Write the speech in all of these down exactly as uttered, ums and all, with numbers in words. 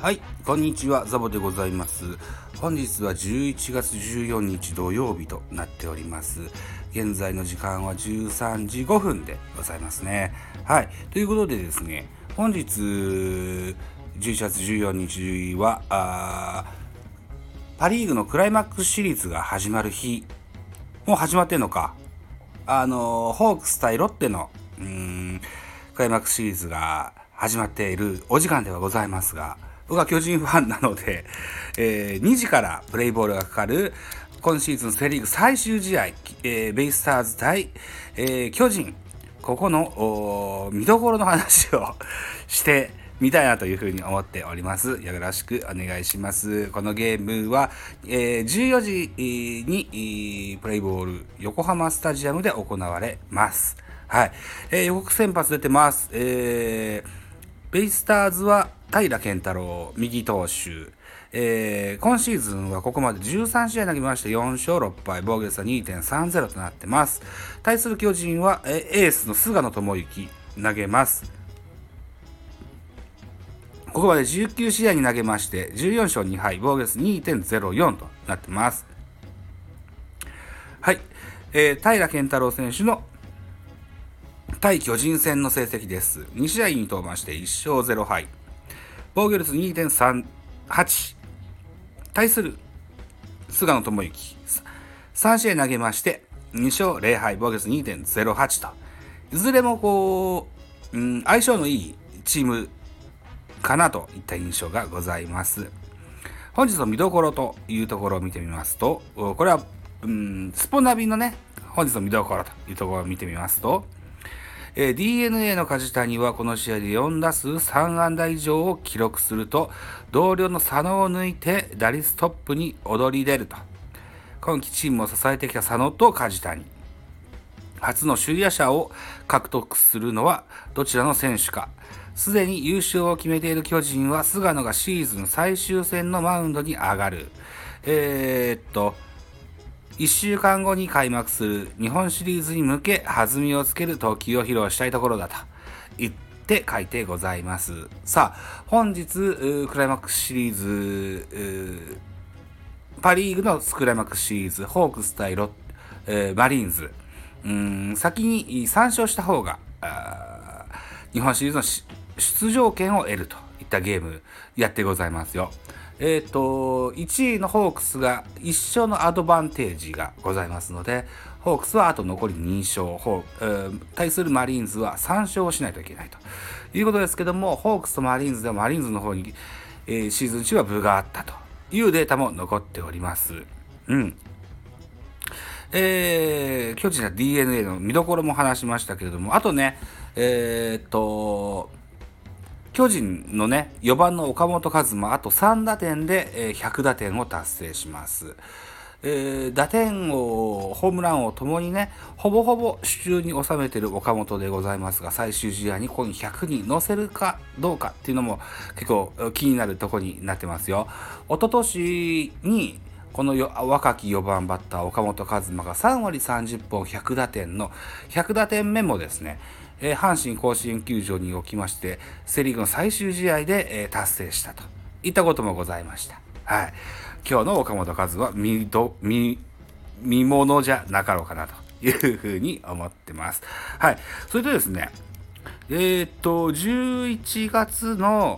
はい、こんにちは、ザボでございます。本日はじゅういちがつじゅうよっか土曜日となっております。現在の時間はじゅうさんじごふんでございますね。はい、ということでですね、本日じゅういちがつじゅうよっかはあパリーグのクライマックスシリーズが始まる日、もう始まってんのか。あのホークス対ロッテのうーんクライマックスシリーズが始まっているお時間ではございますが、僕は巨人ファンなので、えー、にじからプレイボールがかかる今シーズンセリーグ最終試合、えー、ベイスターズ対、えー、巨人、ここの見どころの話をしてみたいなというふうに思っております。よろしくお願いします。このゲームは、えー、じゅうよじにプレイボール横浜スタジアムで行われます。はい、えー、予告先発出てます。えー、ベイスターズは平健太郎右投手、えー、今シーズンはここまでじゅうさんしあい投げましてよんしょうろっぱい、防御率は にてんさんゼロ となってます。対する巨人はエースの菅野智之投げます。ここまでじゅうきゅうしあいに投げましてじゅうよんしょうにはい、防御率 にてんゼロよん となってます。はい、えー、平健太郎選手の対巨人戦の成績です。にしあいに登板していっしょうゼロはい、防御率 にてんさんはち、対する菅野智之さんしあい投げましてにしょうゼロはい、防御率 にてんゼロはち と、いずれもこう、うん、相性のいいチームかなといった印象がございます。本日の見どころというところを見てみますと、これは、うん、スポナビのね本日の見どころというところを見てみますと、えー、ディーエヌエー の梶谷はこの試合でよんだすうさんあんだ以上を記録すると、同僚の佐野を抜いて打率トップに躍り出ると。今季チームを支えてきた佐野と梶谷、初の首位打者を獲得するのはどちらの選手か。すでに優勝を決めている巨人は菅野がシーズン最終戦のマウンドに上がる。えー、っといっしゅうかんごに開幕する日本シリーズに向け弾みをつける投球を披露したいところだと言って書いてございます。さあ、本日クライマックスシリーズ、パリーグのクライマックスシリーズ、ホークス対ロッ、えー、マリーンズ、うーん先にさんしょうした方が日本シリーズの出場権を得るといったゲームやってございますよ。えっといちいのホークスがいっしょうのアドバンテージがございますので、ホークスはあと残りにしょう、えー、対するマリーンズはさんしょうをしないといけないということですけども、ホークスとマリーンズではマリーンズの方に、えー、シーズン中は分があったというデータも残っております。うん。えー、巨人は ディーエヌエー の見どころも話しましたけれども、あとね、えー、っと巨人のねよばんの岡本和真、あとさんだてんでひゃくだてんを達成します。えー、打点王、ホームラン王ともにねほぼほぼ手中に収めている岡本でございますが、最終試合にここにひゃくに乗せるかどうかっていうのも結構気になるところになってますよ。一昨年にこの若きよばんバッター岡本和真がさんわりさんじゅっぽんひゃくだてんのひゃくだてんめもですね、えー、阪神甲子園球場におきましてセリーグの最終試合で、えー、達成したといったこともございました。はい、今日の岡本和真は見ど見見ものじゃなかろうかなというふうに思ってます。はい、それでですね、えー、っとじゅういちがつの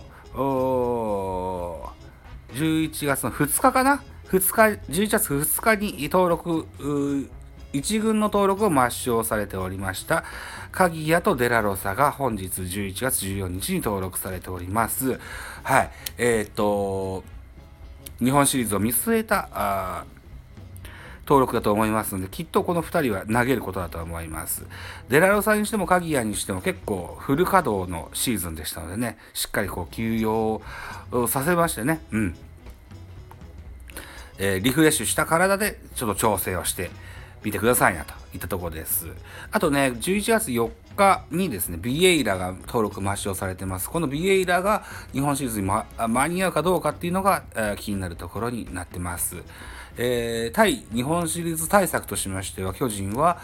じゅういちがつのふつかかな、ふつか、じゅういちがつふつかに登録、いちぐんの登録を抹消されておりました鍵谷とデラロサが本日じゅういちがつじゅうよっかに登録されております。はい、えー、っと日本シリーズを見据えた登録だと思いますので、きっとこのふたりは投げることだと思います。デラロサにしても鍵谷にしても結構フル稼働のシーズンでしたのでね、しっかりこう休養させましてね、うん、えー、リフレッシュした体でちょっと調整をしてみてくださいなといったところです。あとね、じゅういちがつよっかにですね、ビエイラが登録抹消されてます。このビエイラが日本シリーズに、ま、間に合うかどうかっていうのが、えー、気になるところになってます。えー、対日本シリーズ対策としましては、巨人は、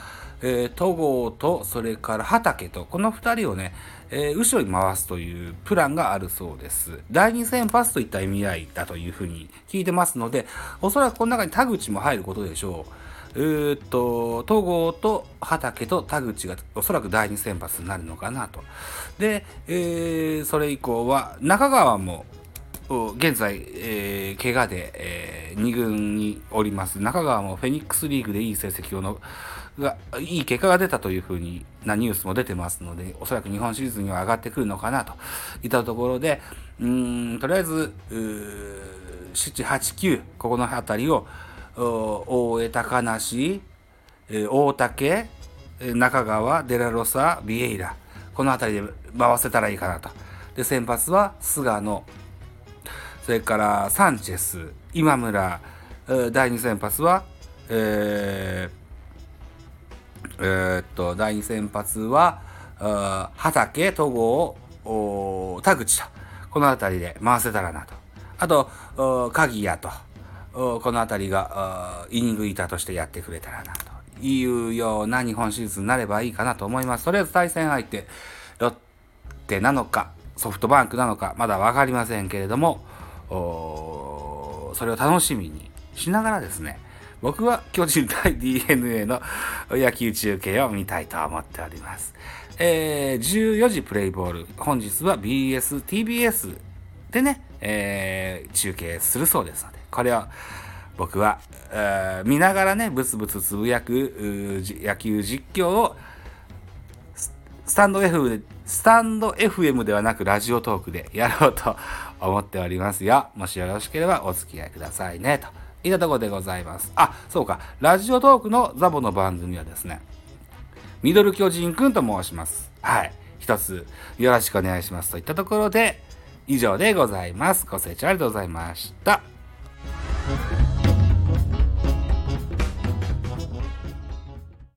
えー、戸郷とそれから畠とこのふたりをね、えー、後ろに回すというプランがあるそうです。だいに先発といった意味合いだというふうに聞いてますので、おそらくこの中に田口も入ることでしょう。えー、っと戸郷と畠と田口がおそらくだいに先発になるのかなと。で、えー、それ以降は中川も現在、えー、怪我で、えー、に軍におります中川もフェニックスリーグでいい成績をのがいい結果が出たというふうになニュースも出てますので、おそらく日本シリーズには上がってくるのかなといったところで、うーんとりあえずなな、はち、きゅうここの辺りを大江、高梨、大竹、中川、デラロサ、ビエイラ、この辺りで回せたらいいかなと。で先発は菅野、それからサンチェス、今村、だいに先発は、えーえー、っとだいに先発は畠、戸郷、田口とこの辺りで回せたらなと。あと鍵谷とこの辺りがイニングイーターとしてやってくれたらなというような日本シリーズになればいいかなと思います。とりあえず対戦相手ロッテなのかソフトバンクなのかまだ分かりませんけれども、それを楽しみにしながらですね、僕は巨人対 ディーエヌエー の野球中継を見たいと思っております。えー、じゅうよじプレイボール、本日は ビーエス、ティービーエス でね、えー、中継するそうですので、これを僕は見ながらねブツブツつぶやく野球実況をスタンド F でスタンド エフエム ではなくラジオトークでやろうと思っておりますよ。もしよろしければお付き合いくださいねといったところでございます。あ、そうか、ラジオトークのザボの番組はですね、ミドル巨人くんと申します。はい、一つよろしくお願いしますといったところで以上でございます。ご清聴ありがとうございました。